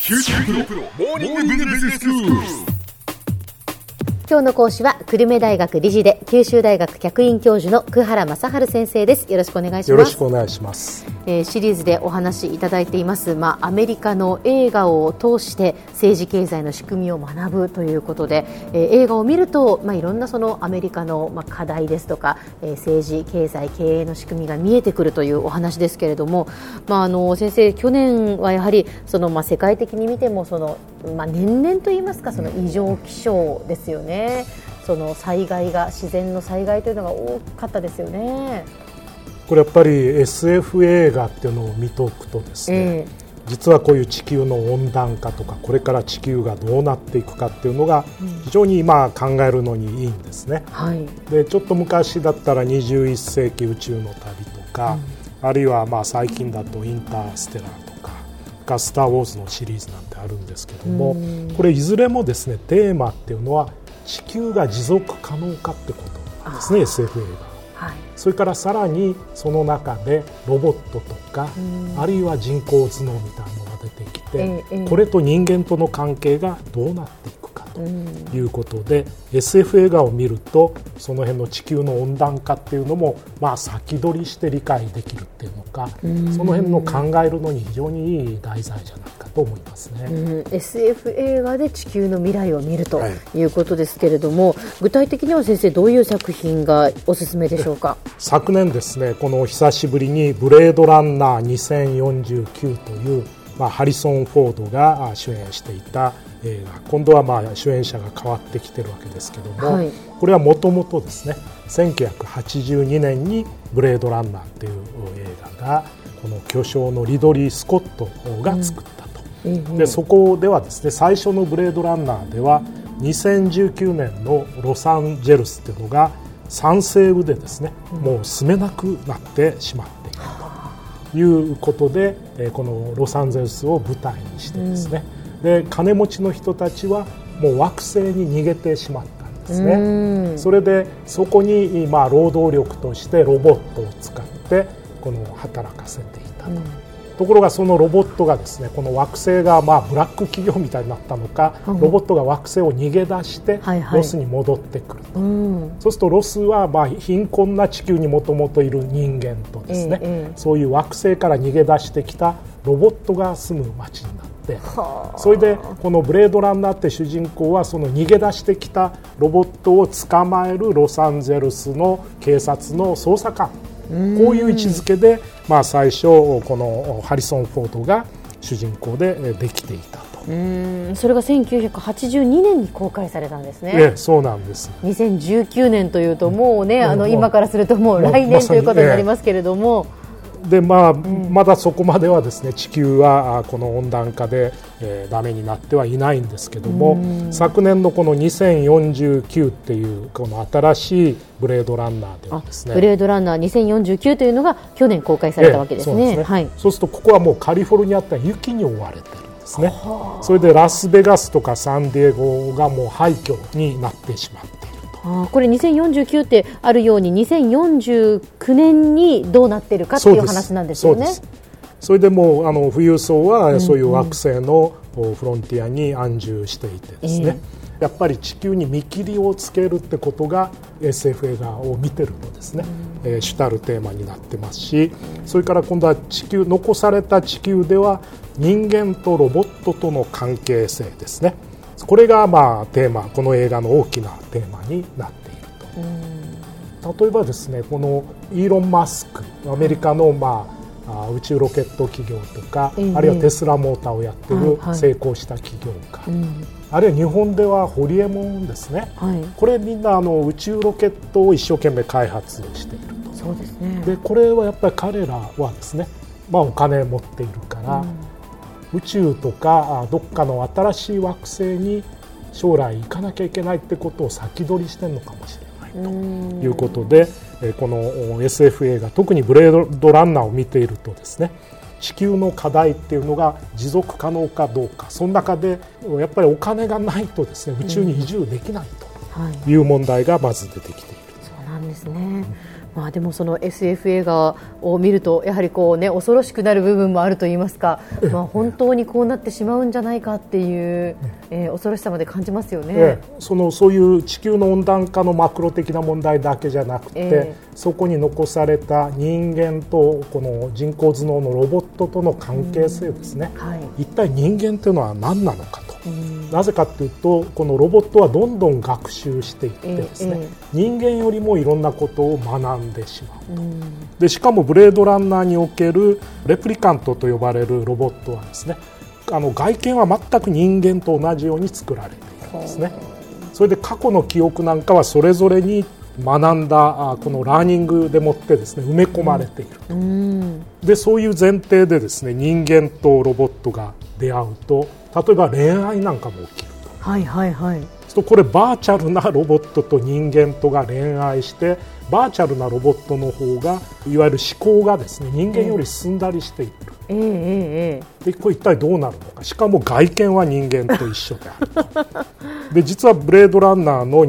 九州大学モーニングビジネススクール。 今日の講師は久留米大学理事で九州大学客員教授の久原正治先生です。よろしくお願いします。 よろしくお願いします。 シリーズでお話しいただいています、アメリカの映画を通して政治経済の仕組みを学ぶということで、映画を見ると、いろんなそのアメリカの、課題ですとか、政治経済経営の仕組みが見えてくるというお話ですけれども、先生、去年はやはりその、世界的に見てもその、年々といいますか、その異常気象ですよね。その災害が、自然の災害というのが多かったですよね。 これやっぱり SF 映画っていうのを見ておくとですね、実はこういう地球の温暖化とか、これから地球がどうなっていくかっていうのが非常に今考えるのにいいんですね。でちょっと昔だったら21世紀宇宙の旅とか、あるいは最近だとインターステラーとかスター・ウォーズのシリーズなんてあるんですけども、これいずれもですね、テーマっていうのは地球が持続可能かってことなんですね、SF 映画。それからさらにその中でロボットとか、あるいは人工頭脳みたいなのが出てきて、これと人間との関係がどうなっていくかということで、SF 映画を見るとその辺の地球の温暖化っていうのも先取りして理解できるっていうのか、その辺の考えるのに非常にいい題材じゃないかと思いますね。 SF 映画で地球の未来を見るということですけれども、具体的には先生、どういう作品がおすすめでしょうか。 昨年ですね、この久しぶりにブレードランナー2049という、ハリソン・フォードが主演していた映画、今度は主演者が変わってきてるわけですけども、これはもともとですね、1982年にブレードランナーという映画がこの巨匠のリドリー・スコットが作ったと。でそこではですね、最初のブレードランナーでは2019年のロサンゼルスというのが酸性雨でですね、もう住めなくなってしまっているということで、このロサンゼルスを舞台にしてですね、で金持ちの人たちはもう惑星に逃げてしまったんですね。それでそこに労働力としてロボットを使ってこの働かせていたと。ところがそのロボットがですね、この惑星がブラック企業みたいになったのか、ロボットが惑星を逃げ出してロスに戻ってくると。そうするとロスは貧困な地球にもともといる人間とですね、そういう惑星から逃げ出してきたロボットが住む街になって、それでこのブレードランナーって主人公はその逃げ出してきたロボットを捕まえるロサンゼルスの警察の捜査官、こういう位置づけで、最初このハリソン・フォードが主人公でできていたと。 それが1982年に公開されたんですね。 そうなんです。 2019年というともうね、今からするともう来年ということになりますけれども、 でまだそこまではですね、地球はこの温暖化で、ダメになってはいないんですけども、昨年のこの2049っていうこの新しいブレードランナーではですね、 ブレードランナー2049というのが去年公開されたわけですね。 そうするとここはもうカリフォルニアって雪に覆われてるんですね。それでラスベガスとかサンディエゴがもう廃墟になってしまっている。 これ2049ってあるように2049年にどうなってるかっていう話なんですよね。 それでもう富裕層はそういう惑星のフロンティアに安住していてですね、やっぱり地球に見切りをつけるってことが SF 映画を見てるとですね、主たるテーマになってますし、それから今度は残された地球では人間とロボットとの関係性ですね、これがテーマ、この映画の大きなテーマになっていると。例えばですね、このイーロン・マスク、アメリカの宇宙ロケット企業とか、あるいはテスラモーターをやっている成功した企業家、あるいは日本ではホリエモンですね、これみんな宇宙ロケットを一生懸命開発していると。 そうですね。 でこれはやっぱり彼らはですね、お金持っているから、宇宙とかどっかの新しい惑星に将来行かなきゃいけないってことを先取りしてるのかもしれないということで、この SF 映画、特にブレードランナーを見ているとですね、地球の課題っていうのが持続可能かどうか、その中でやっぱりお金がないとですね、宇宙に移住できないという問題がまず出てきている。 そうなんですね。 でもその SF 映画を見るとやはりこう、恐ろしくなる部分もあるといいますか、本当にこうなってしまうんじゃないかっていう、恐ろしさまで感じますよね。 そういう地球の温暖化のマクロ的な問題だけじゃなくて、そこに残された人間とこの人工頭脳のロボットとの関係性ですね、一体人間というのは何なのかと。なぜかというと、このロボットはどんどん学習していってですね、人間よりもいろんなことを学んでしまうと。でしかもブレードランナーにおけるレプリカントと呼ばれるロボットはですね、外見は全く人間と同じように作られているんですね。それで過去の記憶なんかはそれぞれに学んだこのラーニングでもってですね埋め込まれていると。でそういう前提でですね、人間とロボットが出会うと、例えば恋愛なんかも起きると。これバーチャルなロボットと人間とが恋愛して、バーチャルなロボットの方がいわゆる思考がですね人間より進んだりしている。でこれ一体どうなるのか。しかも外見は人間と一緒であると。で実はブレードランナーの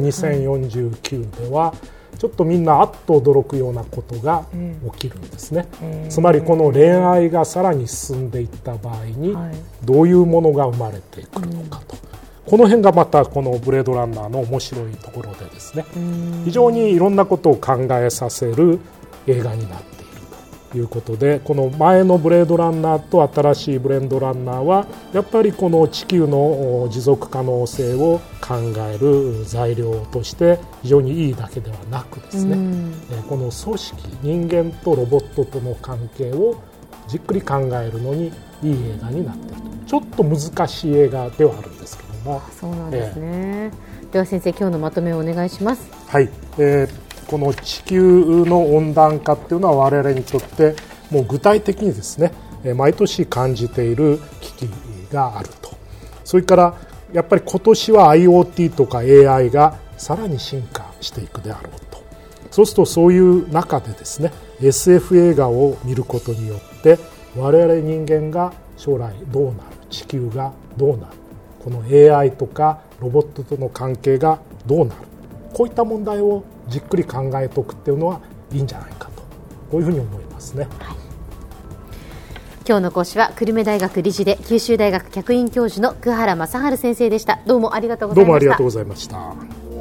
2049ではちょっとみんなあっと驚くようなことが起きるんですね。つまりこの恋愛がさらに進んでいった場合にどういうものが生まれてくるのかと。この辺がまたこのブレードランナーの面白いところでですね、非常にいろんなことを考えさせる映画になっているということで、この前のブレードランナーと新しいブレードランナーはやっぱりこの地球の持続可能性を考える材料として非常にいいだけではなくですね、この組織、人間とロボットとの関係をじっくり考えるのにいい映画になっていると。ちょっと難しい映画ではあるんですけども。 そうなんですね。では先生、今日のまとめをお願いします。 はい、この地球の温暖化っていうのは我々にとってもう具体的にですね毎年感じている危機があると。それからやっぱり今年は IoT とか AI がさらに進化していくであろうと。そうするとそういう中でですね SF 映画を見ることによって我々人間が将来どうなる、地球がどうなる、この AI とかロボットとの関係がどうなる、こういった問題をじっくり考えておくっていうのはいいんじゃないかと、こういうふうに思いますね。 今日の講師は久留米大学理事で九州大学客員教授の桑原正治先生でした。どうもありがとうございました。 どうもありがとうございました。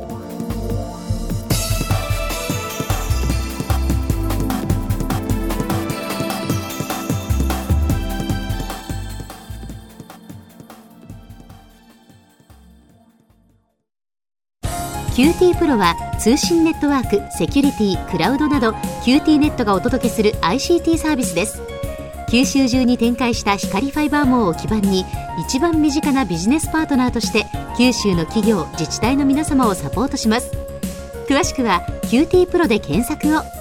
QT プロは通信ネットワーク、セキュリティ、クラウドなど QT ネットがお届けする ICT サービスです。九州中に展開した光ファイバー網を基盤に一番身近なビジネスパートナーとして九州の企業、自治体の皆様をサポートします。詳しくは QT プロで検索を。